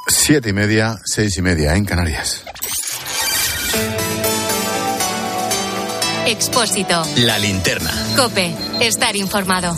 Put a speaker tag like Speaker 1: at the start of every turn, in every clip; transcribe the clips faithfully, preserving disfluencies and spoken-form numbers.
Speaker 1: Siete y media, seis y media en Canarias.
Speaker 2: Expósito.
Speaker 3: La linterna.
Speaker 2: COPE. Estar informado.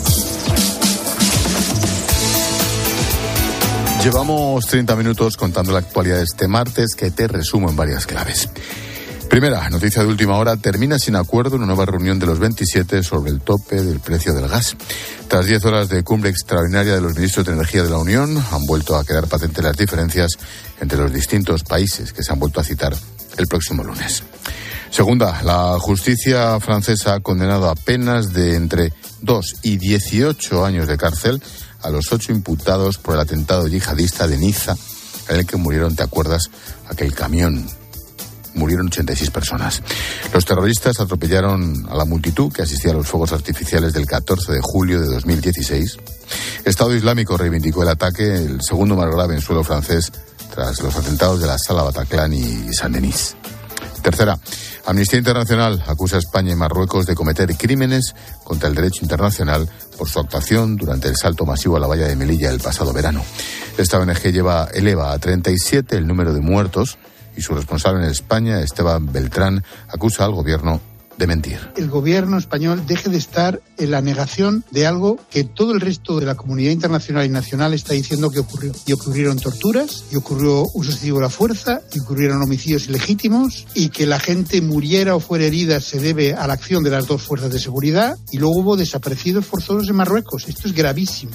Speaker 1: Llevamos treinta minutos contando la actualidad de este martes, que te resumo en varias claves. Primera, noticia de última hora, termina sin acuerdo una nueva reunión de los veintisiete sobre el tope del precio del gas. Tras diez horas de cumbre extraordinaria de los ministros de Energía de la Unión, han vuelto a quedar patentes las diferencias entre los distintos países que se han vuelto a citar el próximo lunes. Segunda, la justicia francesa ha condenado a penas de entre dos y dieciocho años de cárcel a los ocho imputados por el atentado yihadista de Niza, en el que murieron, ¿te acuerdas?, aquel camión. Murieron ochenta y seis personas. Los terroristas atropellaron a la multitud que asistía a los fuegos artificiales del catorce de julio de dos mil dieciséis. Estado Islámico reivindicó el ataque, el segundo más grave en suelo francés, tras los atentados de la Sala Bataclan y Saint-Denis. Tercera, Amnistía Internacional acusa a España y Marruecos de cometer crímenes contra el derecho internacional por su actuación durante el salto masivo a la valla de Melilla el pasado verano. Esta O N G lleva, eleva a treinta y siete el número de muertos y su responsable en España, Esteban Beltrán, acusa al gobierno de mentir.
Speaker 4: El gobierno español deje de estar en la negación de algo que todo el resto de la comunidad internacional y nacional está diciendo que ocurrió. Y ocurrieron torturas, y ocurrió uso excesivo de la fuerza, y ocurrieron homicidios ilegítimos, y que la gente muriera o fuera herida se debe a la acción de las dos fuerzas de seguridad, y luego hubo desaparecidos forzosos en Marruecos. Esto es gravísimo.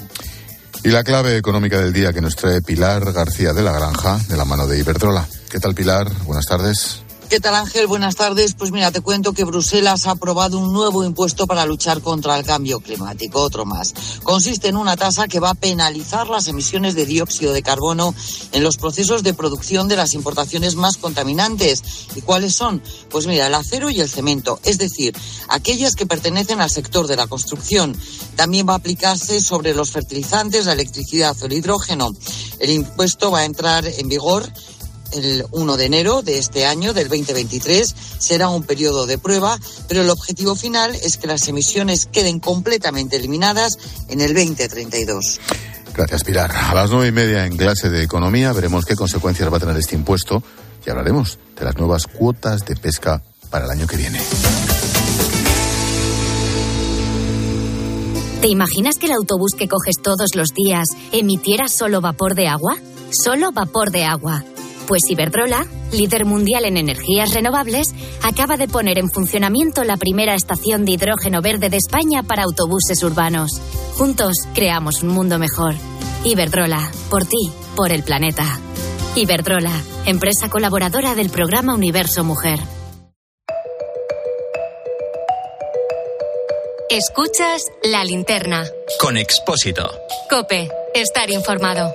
Speaker 1: Y la clave económica del día que nos trae Pilar García de la Granja, de la mano de Iberdrola. ¿Qué tal, Pilar? Buenas tardes.
Speaker 5: ¿Qué tal, Ángel? Buenas tardes. Pues mira, te cuento que Bruselas ha aprobado un nuevo impuesto para luchar contra el cambio climático, otro más. Consiste en una tasa que va a penalizar las emisiones de dióxido de carbono en los procesos de producción de las importaciones más contaminantes. ¿Y cuáles son? Pues mira, el acero y el cemento, es decir, aquellas que pertenecen al sector de la construcción. También va a aplicarse sobre los fertilizantes, la electricidad o el hidrógeno. El impuesto va a entrar en vigor el uno de enero de este año, del veinte veintitrés, será un periodo de prueba, pero el objetivo final es que las emisiones queden completamente eliminadas en el veinte treinta y dos.
Speaker 1: Gracias, Pilar. A las nueve y media en clase de Economía veremos qué consecuencias va a tener este impuesto y hablaremos de las nuevas cuotas de pesca para el año que viene.
Speaker 2: ¿Te imaginas que el autobús que coges todos los días emitiera solo vapor de agua? Solo vapor de agua. Pues Iberdrola, líder mundial en energías renovables, acaba de poner en funcionamiento la primera estación de hidrógeno verde de España para autobuses urbanos. Juntos creamos un mundo mejor. Iberdrola, por ti, por el planeta. Iberdrola, empresa colaboradora del programa Universo Mujer. Escuchas La Linterna.
Speaker 3: Con Expósito.
Speaker 2: COPE, estar informado.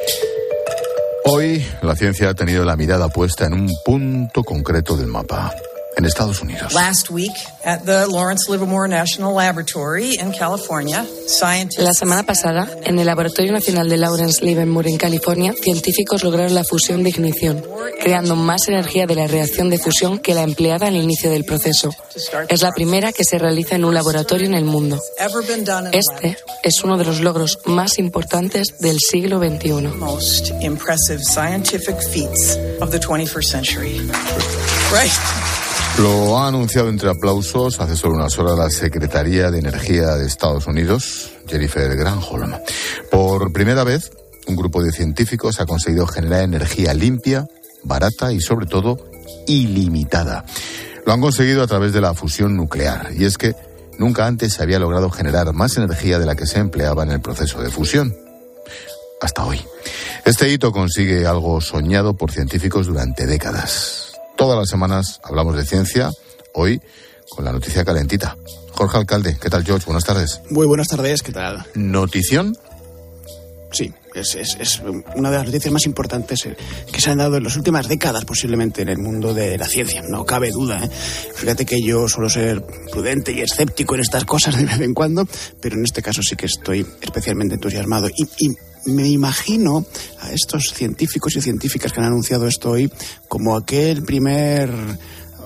Speaker 1: Hoy la ciencia ha tenido la mirada puesta en un punto concreto del mapa, en Estados Unidos.
Speaker 6: Last week at the Lawrence Livermore National Laboratory in California, scientists...
Speaker 7: La semana pasada, en el Laboratorio Nacional de Lawrence Livermore en California, científicos lograron la fusión de ignición, creando más energía de la reacción de fusión que la empleada al inicio del proceso. Es la primera que se realiza en un laboratorio en el mundo. Este es uno de los logros más importantes del siglo veintiuno.
Speaker 6: Most impressive scientific feats of the twenty-first century. Right.
Speaker 1: Lo ha anunciado entre aplausos hace solo unas horas la Secretaría de Energía de Estados Unidos, Jennifer Granholm. Por primera vez, un grupo de científicos ha conseguido generar energía limpia, barata y, sobre todo, ilimitada. Lo han conseguido a través de la fusión nuclear. Y es que nunca antes se había logrado generar más energía de la que se empleaba en el proceso de fusión. Hasta hoy. Este hito consigue algo soñado por científicos durante décadas. Todas las semanas hablamos de ciencia, hoy con la noticia calentita. Jorge Alcalde, ¿qué tal, George? Buenas tardes.
Speaker 8: Muy buenas tardes, ¿qué tal?
Speaker 1: ¿Notición?
Speaker 8: Sí, es, es, es una de las noticias más importantes que se han dado en las últimas décadas, posiblemente, en el mundo de la ciencia, no cabe duda, ¿eh? Fíjate que yo suelo ser prudente y escéptico en estas cosas de vez en cuando, pero en este caso sí que estoy especialmente entusiasmado. Y, y me imagino a estos científicos y científicas que han anunciado esto hoy como aquel primer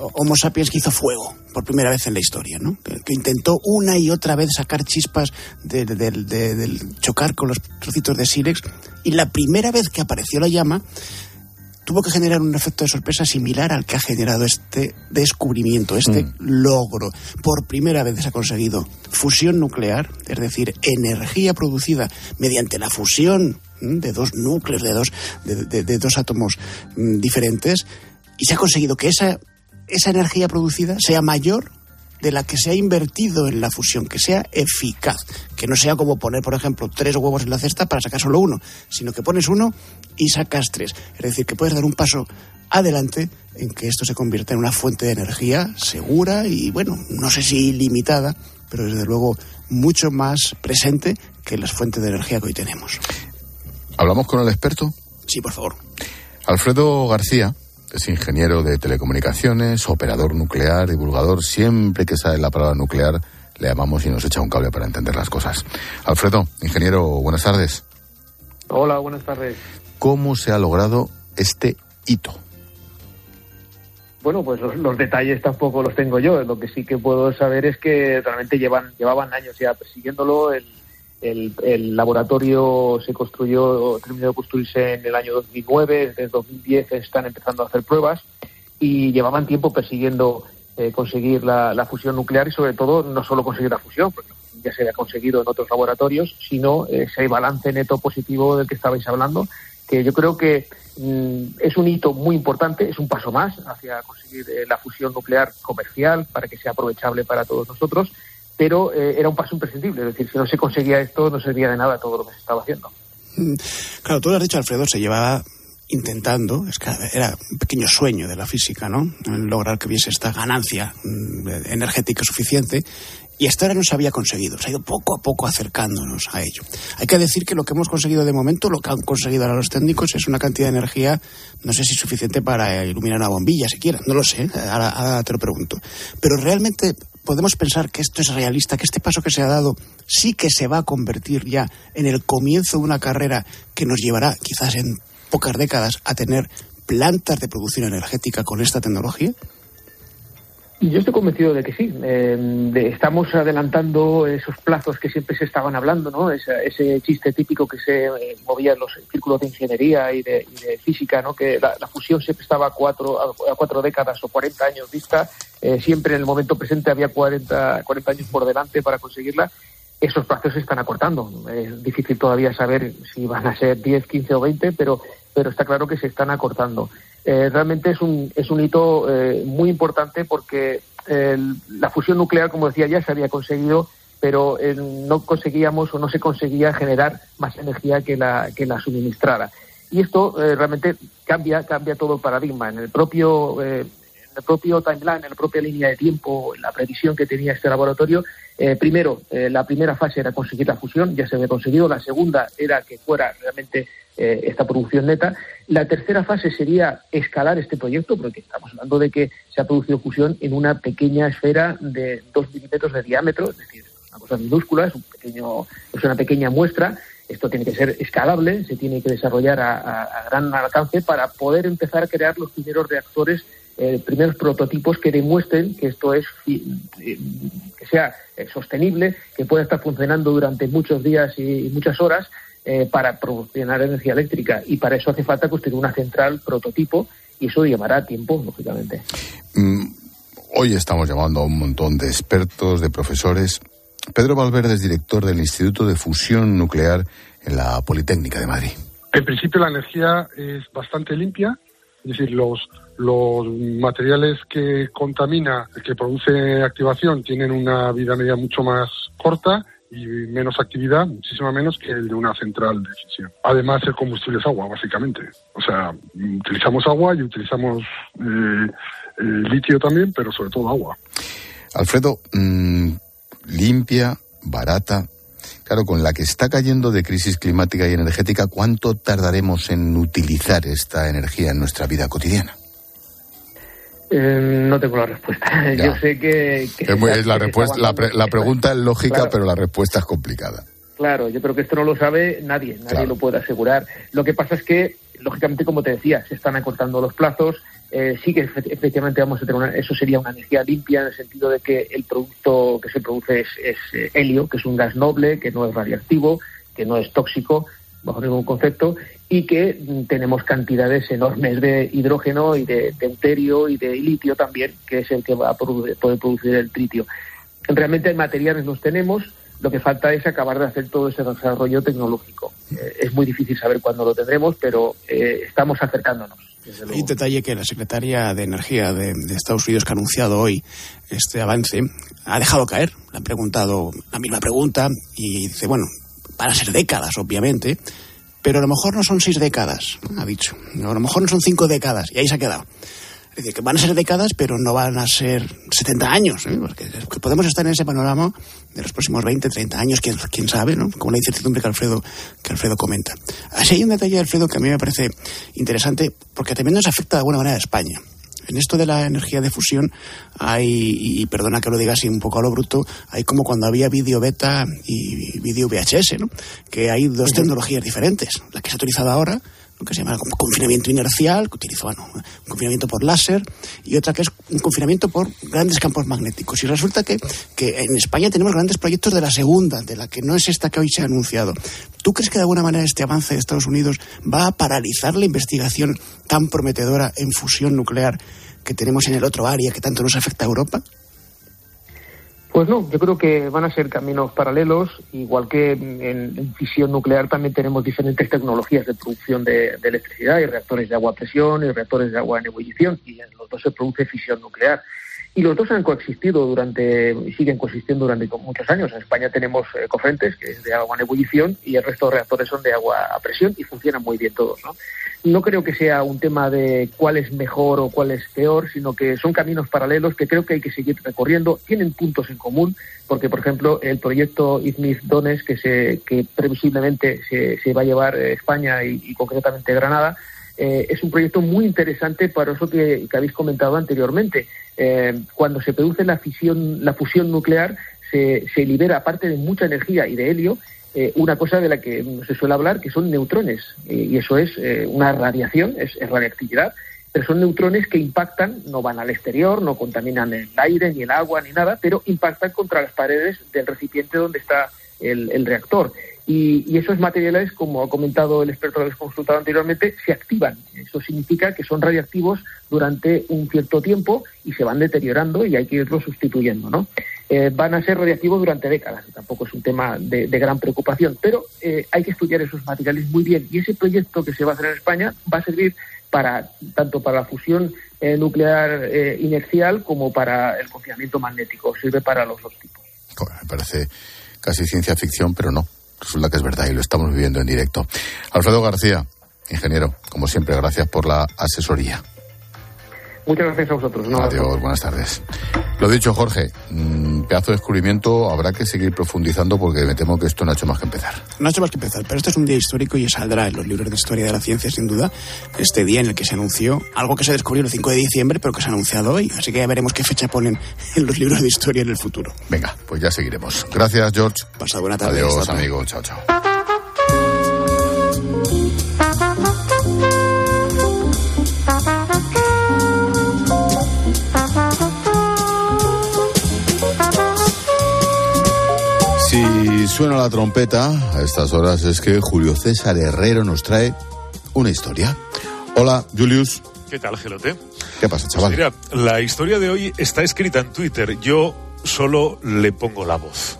Speaker 8: Homo sapiens que hizo fuego por primera vez en la historia, ¿no? Que, que intentó una y otra vez sacar chispas de, de, de, de, de chocar con los trocitos de sílex, y la primera vez que apareció la llama tuvo que generar un efecto de sorpresa similar al que ha generado este descubrimiento, este mm. logro. Por primera vez se ha conseguido fusión nuclear, es decir, energía producida mediante la fusión de dos núcleos, de dos, de, de, de dos átomos mm, diferentes, y se ha conseguido que esa, esa energía producida sea mayor de la que se ha invertido en la fusión, que sea eficaz, que no sea como poner, por ejemplo, tres huevos en la cesta para sacar solo uno, sino que pones uno y sacas tres. Es decir, que puedes dar un paso adelante en que esto se convierta en una fuente de energía segura y, bueno, no sé si ilimitada, pero desde luego mucho más presente que las fuentes de energía que hoy tenemos.
Speaker 1: ¿Hablamos con el experto?
Speaker 8: Sí, por favor.
Speaker 1: Alfredo García es ingeniero de telecomunicaciones, operador nuclear, divulgador. Siempre que sale la palabra nuclear le llamamos y nos echa un cable para entender las cosas. Alfredo, ingeniero, buenas tardes.
Speaker 9: Hola, buenas tardes.
Speaker 1: ¿Cómo se ha logrado este hito?
Speaker 9: Bueno, pues los, los detalles tampoco los tengo yo. Lo que sí que puedo saber es que realmente llevan llevaban años ya persiguiéndolo. El, el, el laboratorio se construyó, terminó de construirse en el año dos mil nueve. Desde dos mil diez están empezando a hacer pruebas y llevaban tiempo persiguiendo eh, conseguir la, la fusión nuclear y, sobre todo, no solo conseguir la fusión, porque ya se había conseguido en otros laboratorios, sino ese balance neto positivo del que estabais hablando, que yo creo que mm, es un hito muy importante, es un paso más hacia conseguir eh, la fusión nuclear comercial para que sea aprovechable para todos nosotros, pero eh, era un paso imprescindible. Es decir, si no se conseguía esto, no servía de nada todo lo que se estaba haciendo.
Speaker 8: Claro, tú lo has dicho, Alfredo, se llevaba intentando, es que era un pequeño sueño de la física, ¿no?, lograr que hubiese esta ganancia energética suficiente, y hasta ahora no se había conseguido. Se ha ido poco a poco acercándonos a ello. Hay que decir que lo que hemos conseguido de momento, lo que han conseguido ahora los técnicos, es una cantidad de energía, no sé si suficiente para iluminar una bombilla siquiera, no lo sé, ahora, ahora te lo pregunto. Pero realmente podemos pensar que esto es realista, que este paso que se ha dado sí que se va a convertir ya en el comienzo de una carrera que nos llevará, quizás en pocas décadas, a tener plantas de producción energética con esta tecnología.
Speaker 9: Yo estoy convencido de que sí. Eh, de, estamos adelantando esos plazos que siempre se estaban hablando, ¿no? Ese, ese chiste típico que se eh, movía en los círculos de ingeniería y de, y de física, ¿no? Que la, la fusión siempre estaba a cuatro, a, a cuatro décadas o cuarenta años vista. Eh, siempre en el momento presente había cuarenta, cuarenta años por delante para conseguirla. Esos plazos se están acortando. Es difícil todavía saber si van a ser diez, quince o veinte, pero, pero está claro que se están acortando. Eh, realmente es un es un hito eh, muy importante porque eh, la fusión nuclear, como decía, ya se había conseguido, pero eh, no conseguíamos o no se conseguía generar más energía que la que la suministrara. Y esto eh, realmente cambia cambia todo el paradigma. En el propio eh, en el propio timeline, en la propia línea de tiempo, en la previsión que tenía este laboratorio, eh, primero, eh, la primera fase era conseguir la fusión, ya se había conseguido. La segunda era que fuera realmente eh, esta producción neta. La tercera fase sería escalar este proyecto, porque estamos hablando de que se ha producido fusión en una pequeña esfera de dos milímetros de diámetro, es decir, una cosa minúscula, es un pequeño, es una pequeña muestra. Esto tiene que ser escalable, se tiene que desarrollar a, a, a gran alcance para poder empezar a crear los primeros reactores, eh, primeros prototipos que demuestren que esto es eh, que sea eh, sostenible, que pueda estar funcionando durante muchos días y, y muchas horas eh, para proporcionar energía eléctrica. Y para eso hace falta construir una central prototipo, y eso llevará tiempo, lógicamente.
Speaker 1: Mm, hoy estamos llamando a un montón de expertos, de profesores. Pedro Valverde es director del Instituto de Fusión Nuclear en la Politécnica de Madrid.
Speaker 10: En principio la energía es bastante limpia, es decir, los, los materiales que contamina, que produce activación, tienen una vida media mucho más corta y menos actividad, muchísimo menos que el de una central de fisión. Además, el combustible es agua, básicamente. O sea, utilizamos agua y utilizamos eh, eh, litio también, pero sobre todo agua.
Speaker 1: Alfredo, mmm, limpia, barata. Claro, con la que está cayendo de crisis climática y energética, ¿cuánto tardaremos en utilizar esta energía en nuestra vida cotidiana?
Speaker 9: Eh, no tengo la respuesta. Ya. Yo sé que... que
Speaker 1: es muy, es la, respuesta, la, pre, la pregunta es lógica, claro, pero la respuesta es complicada.
Speaker 9: Claro, yo creo que esto no lo sabe nadie, nadie claro. lo puede asegurar. Lo que pasa es que lógicamente, como te decía, se están acortando los plazos. Eh, sí que efectivamente vamos a tener una, eso sería una energía limpia en el sentido de que el producto que se produce es, es eh, helio, que es un gas noble, que no es radiactivo, que no es tóxico bajo ningún concepto, y que mm, tenemos cantidades enormes de hidrógeno y de deuterio y de litio también, que es el que va a produ- poder producir el tritio. Realmente materiales los tenemos, lo que falta es acabar de hacer todo ese desarrollo tecnológico. Eh, es muy difícil saber cuándo lo tendremos, pero eh, estamos acercándonos.
Speaker 8: Hay un detalle que la secretaria de Energía de, de Estados Unidos, que ha anunciado hoy este avance, ha dejado caer. Le han preguntado la misma pregunta y dice, bueno, van a ser décadas, obviamente, pero a lo mejor no son seis décadas, ha dicho. A lo mejor no son cinco décadas, y ahí se ha quedado. Es decir, que van a ser décadas, pero no van a ser setenta años, ¿eh? Porque podemos estar en ese panorama de los próximos veinte, treinta años, quién, quién sabe, ¿no? Como la incertidumbre que Alfredo, que Alfredo comenta. Así hay un detalle, Alfredo, que a mí me parece interesante, porque también nos afecta de alguna manera a España. En esto de la energía de fusión hay, y perdona que lo diga así un poco a lo bruto, hay como cuando había vídeo beta y vídeo V H S, ¿no? Que hay dos tecnologías diferentes. La que se ha utilizado ahora, lo que se llama confinamiento inercial, que utiliza, bueno, un confinamiento por láser, y otra que es un confinamiento por grandes campos magnéticos. Y resulta que, que en España tenemos grandes proyectos de la segunda, de la que no es esta que hoy se ha anunciado. ¿Tú crees que de alguna manera este avance de Estados Unidos va a paralizar la investigación tan prometedora en fusión nuclear que tenemos en el otro área que tanto nos afecta a Europa?
Speaker 9: Pues no, yo creo que van a ser caminos paralelos, igual que en, en fisión nuclear también tenemos diferentes tecnologías de producción de, de electricidad, y reactores de agua a presión y reactores de agua en ebullición, y en los dos se produce fisión nuclear. Y los dos han coexistido durante, y siguen coexistiendo durante muchos años. En España tenemos eh, Cofrentes, que es de agua en ebullición, y el resto de reactores son de agua a presión, y funcionan muy bien todos, ¿no? No creo que sea un tema de cuál es mejor o cuál es peor, sino que son caminos paralelos que creo que hay que seguir recorriendo. Tienen puntos en común, porque, por ejemplo, el proyecto Izmir-Donetsk, que se que previsiblemente se, se va a llevar España y, y concretamente Granada, eh, es un proyecto muy interesante para eso que, que habéis comentado anteriormente. Eh, cuando se produce la fisión, la fusión nuclear, se, se libera, aparte de mucha energía y de helio, Eh, una cosa de la que no se suele hablar, que son neutrones, eh, y eso es eh, una radiación, es, es radiactividad, pero son neutrones que impactan, no van al exterior, no contaminan el aire, ni el agua, ni nada, pero impactan contra las paredes del recipiente donde está el, el reactor. Y, y esos materiales, como ha comentado el experto que les consultado anteriormente, se activan. Eso significa que son radiactivos durante un cierto tiempo y se van deteriorando y hay que irlos sustituyendo, ¿no? Eh, van a ser radiactivos durante décadas, tampoco es un tema de, de gran preocupación, pero eh, hay que estudiar esos materiales muy bien, y ese proyecto que se va a hacer en España va a servir para tanto para la fusión eh, nuclear eh, inercial como para el confinamiento magnético, sirve para los dos tipos.
Speaker 1: Me parece casi ciencia ficción, pero no, resulta que es verdad y lo estamos viviendo en directo. Alfredo García, ingeniero, como siempre, gracias por la asesoría.
Speaker 9: Muchas gracias a vosotros. No,
Speaker 1: Adiós, no. Buenas tardes. Lo dicho, Jorge, mmm, pedazo de descubrimiento, habrá que seguir profundizando porque me temo que esto no ha hecho más que empezar.
Speaker 8: No ha hecho más que empezar, pero este es un día histórico y saldrá en los libros de historia de la ciencia, sin duda, este día en el que se anunció algo que se descubrió el cinco de diciembre, pero que se ha anunciado hoy. Así que ya veremos qué fecha ponen en los libros de historia en el futuro.
Speaker 1: Venga, pues ya seguiremos. Gracias, George.
Speaker 8: Pasad buena tarde.
Speaker 1: Adiós, amigo. Chao, chao. Si suena la trompeta a estas horas es que Julio César Herrero nos trae una historia. Hola, Julius.
Speaker 11: ¿Qué tal, Gelote?
Speaker 1: ¿Qué pasa, chaval?
Speaker 11: Pues mira, la historia de hoy está escrita en Twitter. Yo solo le pongo la voz.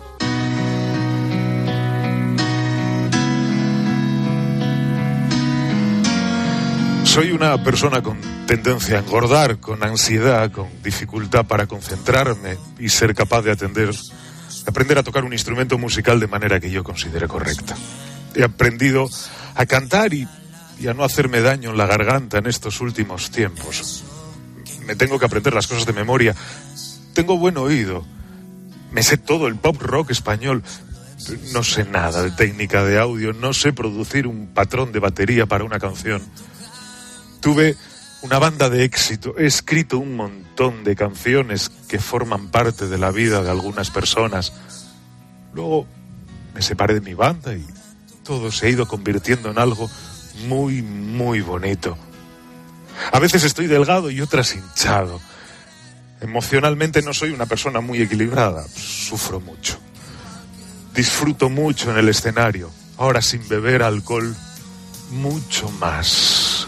Speaker 11: Soy una persona con tendencia a engordar, con ansiedad, con dificultad para concentrarme y ser capaz de atender... aprender a tocar un instrumento musical de manera que yo considere correcta. He aprendido a cantar y, y a no hacerme daño en la garganta en estos últimos tiempos. Me tengo que aprender las cosas de memoria. Tengo buen oído. Me sé todo el pop rock español. No sé nada de técnica de audio. No sé producir un patrón de batería para una canción. Tuve una banda de éxito. He escrito un montón de canciones que forman parte de la vida de algunas personas. Luego me separé de mi banda y todo se ha ido convirtiendo en algo muy, muy bonito. A veces estoy delgado y otras hinchado. Emocionalmente no soy una persona muy equilibrada. Sufro mucho. Disfruto mucho en el escenario. Ahora sin beber alcohol, mucho más.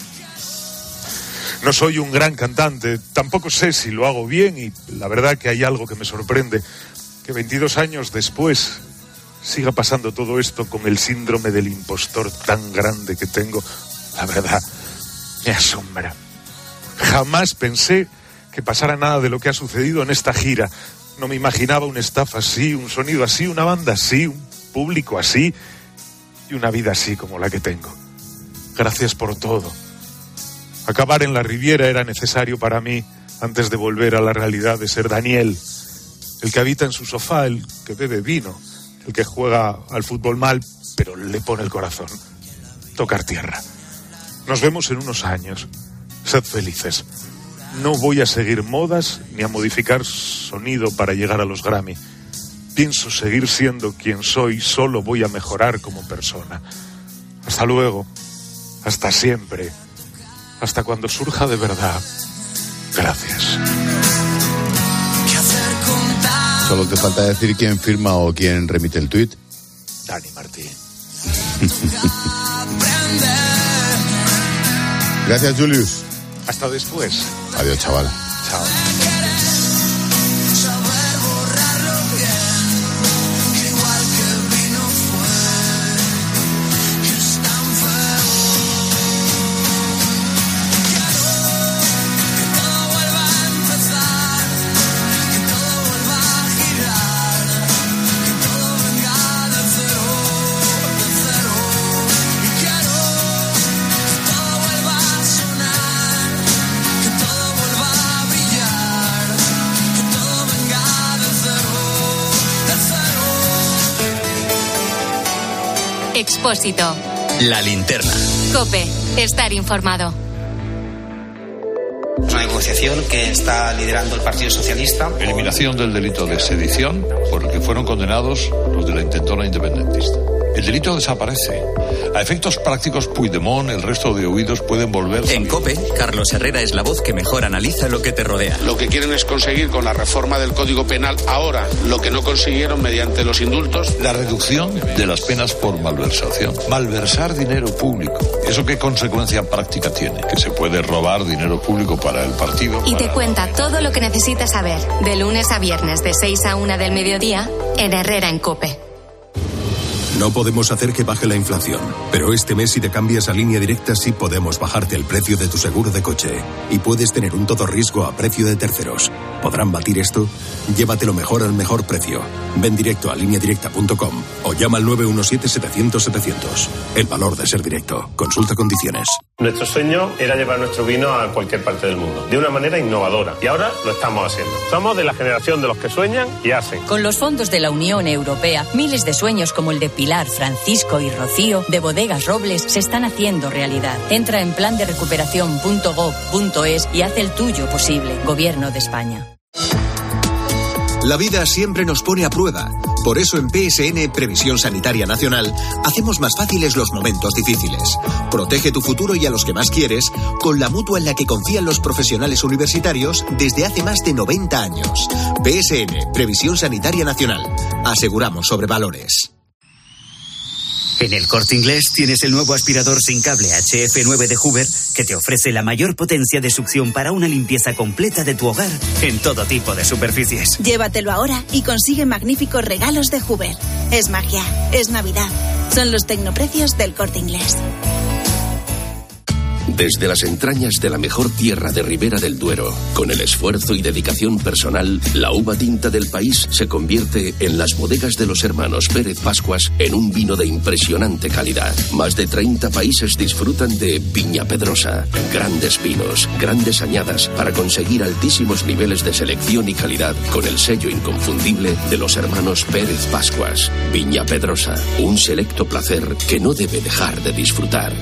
Speaker 11: No soy un gran cantante, tampoco sé si lo hago bien y la verdad que hay algo que me sorprende. Que veintidós años después siga pasando todo esto con el síndrome del impostor tan grande que tengo. La verdad, me asombra. Jamás pensé que pasara nada de lo que ha sucedido en esta gira. No me imaginaba un staff así, un sonido así, una banda así, un público así y una vida así como la que tengo. Gracias por todo. Acabar en la Riviera era necesario para mí antes de volver a la realidad de ser Daniel, el que habita en su sofá, el que bebe vino, el que juega al fútbol mal, pero le pone el corazón. Tocar tierra. Nos vemos en unos años. Sed felices. No voy a seguir modas ni a modificar sonido para llegar a los Grammy. Pienso seguir siendo quien soy, solo voy a mejorar como persona. Hasta luego. Hasta siempre. Hasta cuando surja de verdad. Gracias.
Speaker 1: Solo te falta decir quién firma o quién remite el tuit.
Speaker 11: Dani Martín.
Speaker 1: Gracias, Julius.
Speaker 11: Hasta después.
Speaker 1: Adiós, chaval.
Speaker 11: Chao.
Speaker 2: Expósito.
Speaker 3: La linterna.
Speaker 2: COPE. Estar informado.
Speaker 12: Una negociación que está liderando el Partido Socialista.
Speaker 13: Eliminación del delito de sedición por el que fueron condenados los de la intentona independentista. El delito desaparece. A efectos prácticos, Puigdemont, el resto de huidos pueden volver.
Speaker 3: En COPE, Carlos Herrera es la voz que mejor analiza lo que te rodea.
Speaker 14: Lo que quieren es conseguir con la reforma del Código Penal ahora lo que no consiguieron mediante los indultos.
Speaker 13: La reducción de las penas por malversación. Malversar dinero público. ¿Eso qué consecuencia práctica tiene? Que se puede robar dinero público para el partido.
Speaker 2: Y
Speaker 13: para...
Speaker 2: te cuenta todo lo que necesitas saber, de lunes a viernes de seis a una del mediodía, en Herrera en COPE.
Speaker 15: No podemos hacer que baje la inflación, pero este mes si te cambias a Línea Directa sí podemos bajarte el precio de tu seguro de coche y puedes tener un todo riesgo a precio de terceros. ¿Podrán batir esto? Llévatelo mejor al mejor precio. Ven directo a línea directa punto com o llama al nueve uno siete, setecientos, setecientos. El valor de ser directo. Consulta condiciones.
Speaker 16: Nuestro sueño era llevar nuestro vino a cualquier parte del mundo, de una manera innovadora, y ahora lo estamos haciendo. Somos de la generación de los que sueñan y hacen.
Speaker 17: Con los fondos de la Unión Europea, miles de sueños como el de Pilar, Francisco y Rocío, de Bodegas Robles, se están haciendo realidad. Entra en plan de recuperación punto gob punto es y haz el tuyo posible. Gobierno de España.
Speaker 18: La vida siempre nos pone a prueba. Por eso en P S N Previsión Sanitaria Nacional hacemos más fáciles los momentos difíciles. Protege tu futuro y a los que más quieres con la mutua en la que confían los profesionales universitarios desde hace más de noventa años. P S N Previsión Sanitaria Nacional. Aseguramos sobre valores.
Speaker 19: En el Corte Inglés tienes el nuevo aspirador sin cable H F nueve de Hoover que te ofrece la mayor potencia de succión para una limpieza completa de tu hogar en todo tipo de superficies.
Speaker 20: Llévatelo ahora y consigue magníficos regalos de Hoover. Es magia, es Navidad. Son los tecnoprecios del Corte Inglés.
Speaker 21: Desde las entrañas de la mejor tierra de Ribera del Duero, con el esfuerzo y dedicación personal, la uva tinta del país se convierte en las bodegas de los hermanos Pérez Pascuas en un vino de impresionante calidad. Más de treinta países disfrutan de Viña Pedrosa. Grandes vinos, grandes añadas para conseguir altísimos niveles de selección y calidad con el sello inconfundible de los hermanos Pérez Pascuas. Viña Pedrosa, un selecto placer que no debe dejar de disfrutar.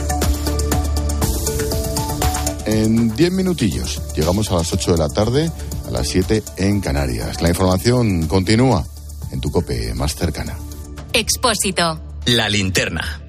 Speaker 1: En diez minutillos llegamos a las ocho de la tarde a las siete en Canarias. La información continúa en tu COPE más cercana.
Speaker 2: Expósito.
Speaker 3: La linterna.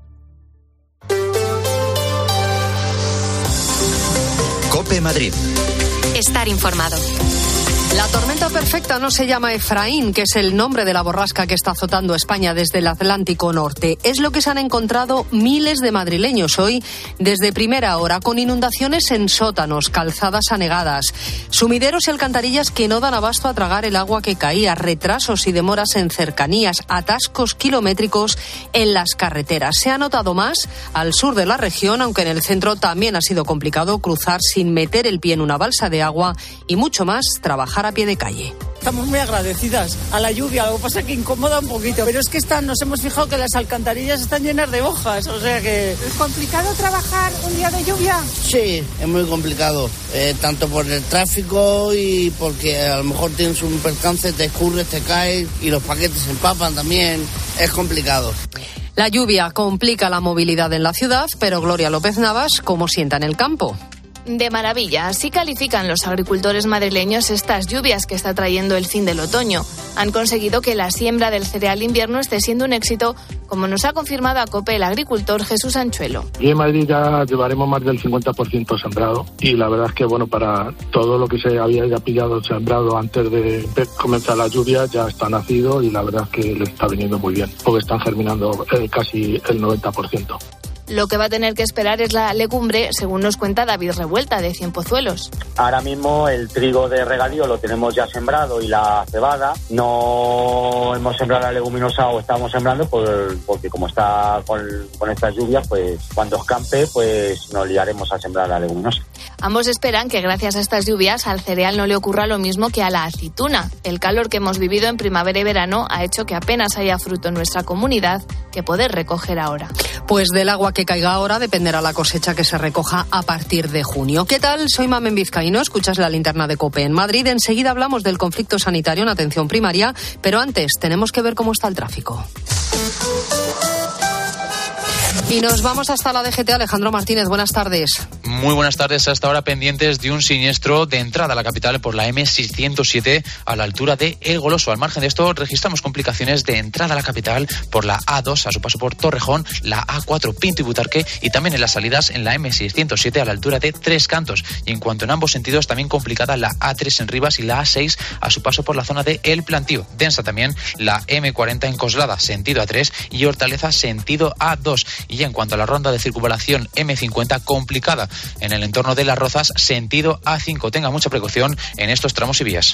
Speaker 3: COPE Madrid.
Speaker 2: Estar informado.
Speaker 4: La tormenta perfecta no se llama Efraín, que es el nombre de la borrasca que está azotando España desde el Atlántico Norte. Es lo que se han encontrado miles de madrileños hoy desde primera hora, con inundaciones en sótanos, calzadas anegadas, sumideros y alcantarillas que no dan abasto a tragar el agua que caía, retrasos y demoras en cercanías, atascos kilométricos en las carreteras. Se ha notado más al sur de la región, aunque en el centro también ha sido complicado cruzar sin meter el pie en una balsa de agua y mucho más trabajar a pie de calle.
Speaker 22: Estamos muy agradecidas a la lluvia, lo que pasa es que incomoda un poquito, pero es que están, nos hemos fijado que las alcantarillas están llenas de hojas, o sea que...
Speaker 23: ¿Es complicado trabajar un día de lluvia?
Speaker 24: Sí, es muy complicado, eh, tanto por el tráfico y porque a lo mejor tienes un percance, te escurres, te caes y los paquetes se empapan también, es complicado.
Speaker 4: La lluvia complica la movilidad en la ciudad, pero Gloria López Navas, ¿cómo sienta en el campo?
Speaker 25: De maravilla, así califican los agricultores madrileños estas lluvias que está trayendo el fin del otoño. Han conseguido que la siembra del cereal invierno esté siendo un éxito, como nos ha confirmado a COPE el agricultor Jesús Anchuelo.
Speaker 26: Y en Madrid ya llevaremos más del cincuenta por ciento sembrado y la verdad es que bueno, para todo lo que se había ya pillado sembrado antes de comenzar la lluvia ya está nacido y la verdad es que le está viniendo muy bien, porque están germinando eh, casi el noventa por ciento.
Speaker 25: Lo que va a tener que esperar es la legumbre, según nos cuenta David Revuelta, de Cienpozuelos.
Speaker 27: Ahora mismo el trigo de regadío lo tenemos ya sembrado y la cebada. No hemos sembrado la leguminosa o estamos sembrando por, porque como está con, con estas lluvias, pues cuando escampe, pues nos liaremos a sembrar la leguminosa.
Speaker 25: Ambos esperan que gracias a estas lluvias al cereal no le ocurra lo mismo que a la aceituna. El calor que hemos vivido en primavera y verano ha hecho que apenas haya fruto en nuestra comunidad que poder recoger ahora.
Speaker 4: Pues del agua que caiga ahora dependerá la cosecha que se recoja a partir de junio. ¿Qué tal? Soy Mamen Vizcaíno, escuchas la linterna de COPE en Madrid. Enseguida hablamos del conflicto sanitario en atención primaria, pero antes tenemos que ver cómo está el tráfico. Y nos vamos hasta la D G T. Alejandro Martínez, buenas tardes.
Speaker 28: Muy buenas tardes. Hasta ahora pendientes de un siniestro de entrada a la capital por la eme seiscientos siete a la altura de El Goloso. Al margen de esto, registramos complicaciones de entrada a la capital por la a dos a su paso por Torrejón, la a cuatro Pinto y Butarque y también en las salidas en la eme seiscientos siete a la altura de Tres Cantos. Y en cuanto en ambos sentidos, también complicada la a tres en Rivas y la a seis a su paso por la zona de El Plantío. Densa también la eme cuarenta en Coslada, sentido a tres y Hortaleza, sentido a dos. Y en cuanto a la ronda de circunvalación eme cincuenta, complicada en el entorno de Las Rozas, sentido a cinco. Tenga mucha precaución en estos tramos y vías.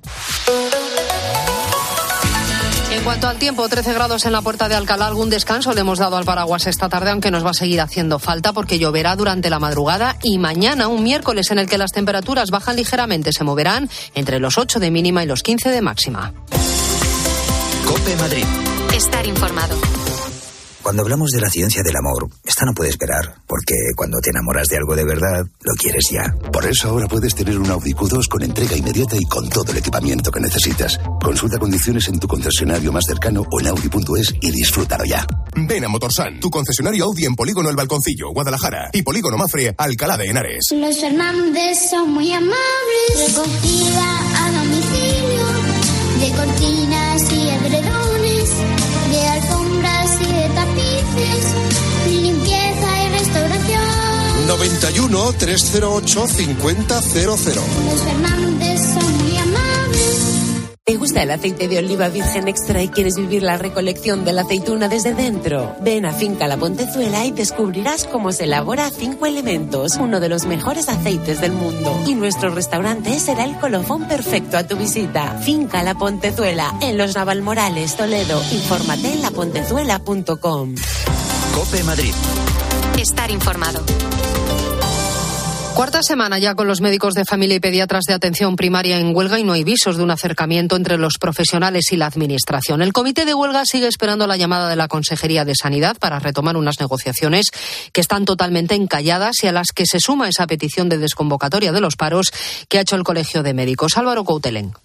Speaker 4: En cuanto al tiempo, trece grados en la Puerta de Alcalá. Algún descanso le hemos dado al paraguas esta tarde, aunque nos va a seguir haciendo falta porque lloverá durante la madrugada y mañana, un miércoles en el que las temperaturas bajan ligeramente, se moverán entre los ocho de mínima y los quince de máxima.
Speaker 3: COPE Madrid.
Speaker 2: Estar informado.
Speaker 29: Cuando hablamos de la ciencia del amor, esta no puede esperar, porque cuando te enamoras de algo de verdad, lo quieres ya.
Speaker 30: Por eso ahora puedes tener un Audi Q dos con entrega inmediata y con todo el equipamiento que necesitas. Consulta condiciones en tu concesionario más cercano o en audi punto es y disfrútalo ya.
Speaker 31: Ven a Motorsan, tu concesionario Audi en Polígono El Balconcillo, Guadalajara, y Polígono Mafre, Alcalá de Henares.
Speaker 32: Los Fernández son muy amables, recogida a domicilio, de cortinas y edredones, de alfombras y de tapices, limpieza y restauración.
Speaker 31: noventa y uno, trescientos ocho, cincuenta cero cero.
Speaker 32: Los Fernández son muy amables.
Speaker 33: ¿Te gusta el aceite de oliva virgen extra y quieres vivir la recolección de la aceituna desde dentro? Ven a Finca La Pontezuela y descubrirás cómo se elabora Cinco Elementos, uno de los mejores aceites del mundo. Y nuestro restaurante será el colofón perfecto a tu visita. Finca La Pontezuela, en Los Navalmorales, Toledo. Infórmate en la pontezuela punto com.
Speaker 3: COPE Madrid.
Speaker 2: Estar informado.
Speaker 4: Cuarta semana ya con los médicos de familia y pediatras de atención primaria en huelga y no hay visos de un acercamiento entre los profesionales y la administración. El comité de huelga sigue esperando la llamada de la Consejería de Sanidad para retomar unas negociaciones que están totalmente encalladas y a las que se suma esa petición de desconvocatoria de los paros que ha hecho el Colegio de Médicos. Álvaro Coutelén.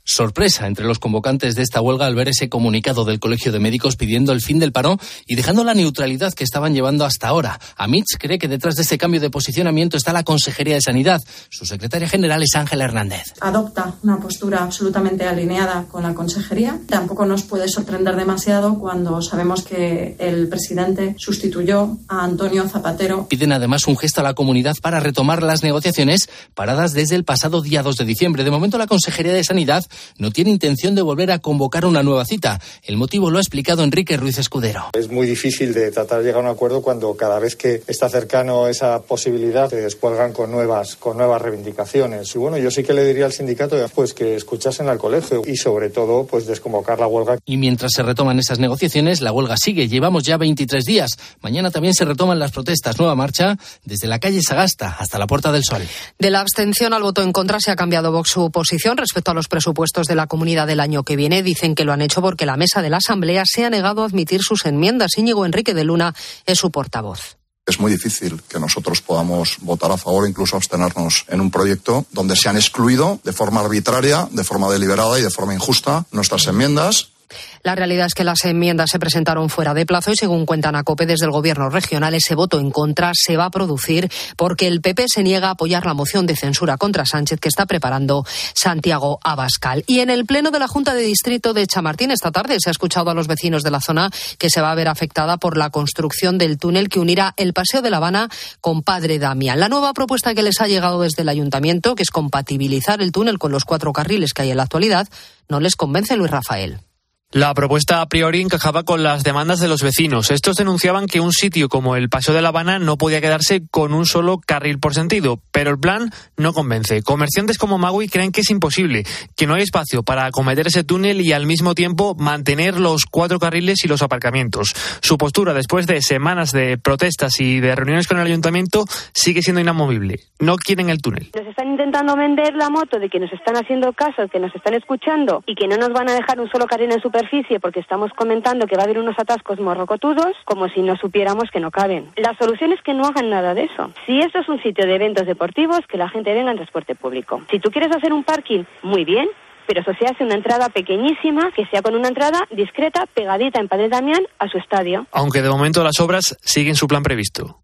Speaker 5: Sorpresa entre los convocantes de esta huelga al ver ese comunicado del Colegio de Médicos pidiendo el fin del paro y dejando la neutralidad que estaban llevando hasta ahora. Amitx cree que detrás de este cambio de posicionamiento está la Consejería de Sanidad. Su secretaria general es Ángela Hernández.
Speaker 6: Adopta una postura absolutamente alineada con la Consejería. Tampoco nos puede sorprender demasiado cuando sabemos que el presidente sustituyó a Antonio Zapatero.
Speaker 5: Piden además un gesto a la comunidad para retomar las negociaciones paradas desde el pasado día dos de diciembre. De momento la Consejería de Sanidad no tiene intención de volver a convocar una nueva cita. El motivo lo ha explicado Enrique Ruiz Escudero.
Speaker 7: Es muy difícil de tratar de llegar a un acuerdo cuando cada vez que está cercano esa posibilidad se descuelgan con nuevas, con nuevas reivindicaciones. Y bueno, yo sí que le diría al sindicato pues que escuchasen al colegio y sobre todo pues desconvocar la huelga.
Speaker 5: Y mientras se retoman esas negociaciones, la huelga sigue. Llevamos ya veintitrés días. Mañana también se retoman las protestas. Nueva marcha desde la calle Sagasta hasta la Puerta del Sol.
Speaker 4: De la abstención al voto en contra se ha cambiado Vox su posición respecto a los presupuestos de la comunidad del año que viene. Dicen que lo han hecho porque la mesa de la Asamblea se ha negado a admitir sus enmiendas. Íñigo Enrique de Luna es su portavoz.
Speaker 8: Es muy difícil que nosotros podamos votar a favor o incluso abstenernos en un proyecto donde se han excluido de forma arbitraria, de forma deliberada y de forma injusta nuestras enmiendas.
Speaker 4: La realidad es que las enmiendas se presentaron fuera de plazo y según cuentan a COPE desde el gobierno regional, ese voto en contra se va a producir porque el P P se niega a apoyar la moción de censura contra Sánchez que está preparando Santiago Abascal. Y en el pleno de la Junta de Distrito de Chamartín esta tarde se ha escuchado a los vecinos de la zona que se va a ver afectada por la construcción del túnel que unirá el Paseo de La Habana con Padre Damián. La nueva propuesta que les ha llegado desde el ayuntamiento, que es compatibilizar el túnel con los cuatro carriles que hay en la actualidad, no les convence, Luis Rafael.
Speaker 9: La propuesta a priori encajaba con las demandas de los vecinos. Estos denunciaban que un sitio como el Paseo de La Habana no podía quedarse con un solo carril por sentido, pero el plan no convence. Comerciantes como Magui creen que es imposible, que no hay espacio para acometer ese túnel y al mismo tiempo mantener los cuatro carriles y los aparcamientos. Su postura después de semanas de protestas y de reuniones con el ayuntamiento sigue siendo inamovible. No quieren el túnel.
Speaker 10: Nos están intentando vender la moto de que nos están haciendo caso, que nos están escuchando y que no nos van a dejar un solo carril en super porque estamos comentando que va a haber unos atascos morrocotudos, como si no supiéramos que no caben. La solución es que no hagan nada de eso. Si esto es un sitio de eventos deportivos, que la gente venga en transporte público. Si tú quieres hacer un parking, muy bien, pero eso se hace una entrada pequeñísima, que sea con una entrada discreta, pegadita en Padre Damián a su estadio.
Speaker 9: Aunque de momento las obras siguen su plan previsto.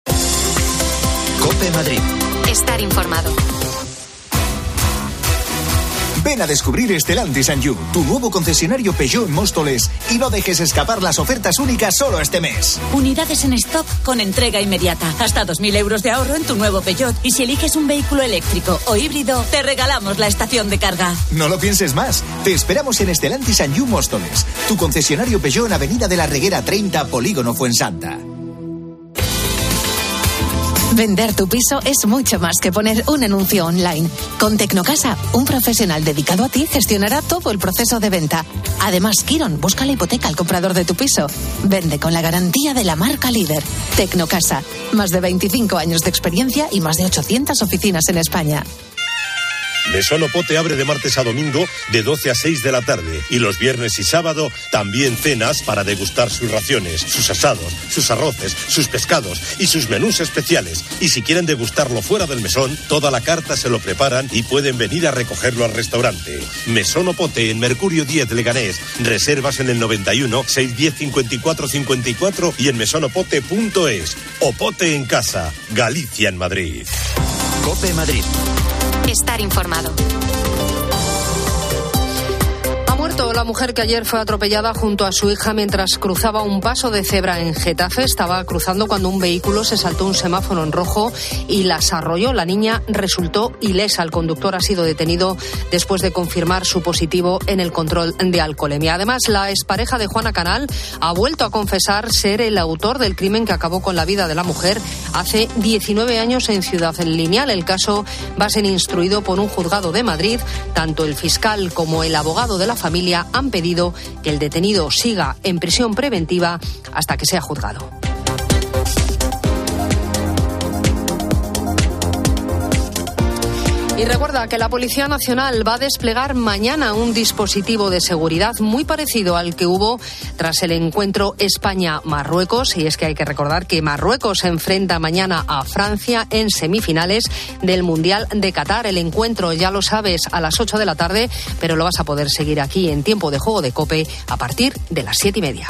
Speaker 3: COPE Madrid.
Speaker 2: Estar informado.
Speaker 11: Ven a descubrir Stellantis and You, tu nuevo concesionario Peugeot en Móstoles, y no dejes escapar las ofertas únicas solo este mes.
Speaker 12: Unidades en stock con entrega inmediata. Hasta dos mil euros de ahorro en tu nuevo Peugeot. Y si eliges un vehículo eléctrico o híbrido, te regalamos la estación de carga.
Speaker 11: No lo pienses más. Te esperamos en Stellantis and You Móstoles, tu concesionario Peugeot en Avenida de la Reguera treinta, Polígono Fuensanta.
Speaker 13: Vender tu piso es mucho más que poner un anuncio online. Con Tecnocasa, un profesional dedicado a ti gestionará todo el proceso de venta. Además, Kiron busca la hipoteca al comprador de tu piso. Vende con la garantía de la marca líder. Tecnocasa, más de veinticinco años de experiencia y más de ochocientas oficinas en España.
Speaker 14: Mesón Opote abre de martes a domingo de doce a seis de la tarde y los viernes y sábado también cenas para degustar sus raciones, sus asados, sus arroces, sus pescados y sus menús especiales. Y si quieren degustarlo fuera del mesón, toda la carta se lo preparan y pueden venir a recogerlo al restaurante. Mesón Opote en Mercurio diez Leganés. Reservas en el noventa y uno, seiscientos diez, cincuenta y cuatro cincuenta y cuatro y en mesonopote punto es. Opote en casa, Galicia en Madrid.
Speaker 3: COPE Madrid.
Speaker 2: Estar informado.
Speaker 4: Ha muerto la mujer que ayer fue atropellada junto a su hija mientras cruzaba un paso de cebra en Getafe. Estaba cruzando cuando un vehículo se saltó un semáforo en rojo y las arrolló. La niña resultó ilesa. El conductor ha sido detenido después de confirmar su positivo en el control de alcoholemia. Además, la expareja de Juana Canal ha vuelto a confesar ser el autor del crimen que acabó con la vida de la mujer hace diecinueve años en Ciudad Lineal. El caso va a ser instruido por un juzgado de Madrid. Tanto el fiscal como el abogado de la familia han pedido que el detenido siga en prisión preventiva hasta que sea juzgado. Y recuerda que la Policía Nacional va a desplegar mañana un dispositivo de seguridad muy parecido al que hubo tras el encuentro España-Marruecos. Y es que hay que recordar que Marruecos se enfrenta mañana a Francia en semifinales del Mundial de Qatar. El encuentro, ya lo sabes, a las ocho de la tarde, pero lo vas a poder seguir aquí en Tiempo de Juego de COPE a partir de las siete y media.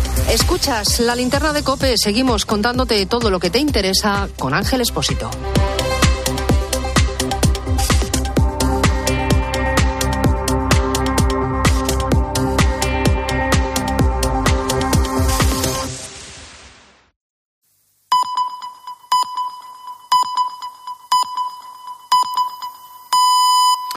Speaker 4: Escuchas la linterna de COPE, seguimos contándote todo lo que te interesa con Ángel Expósito.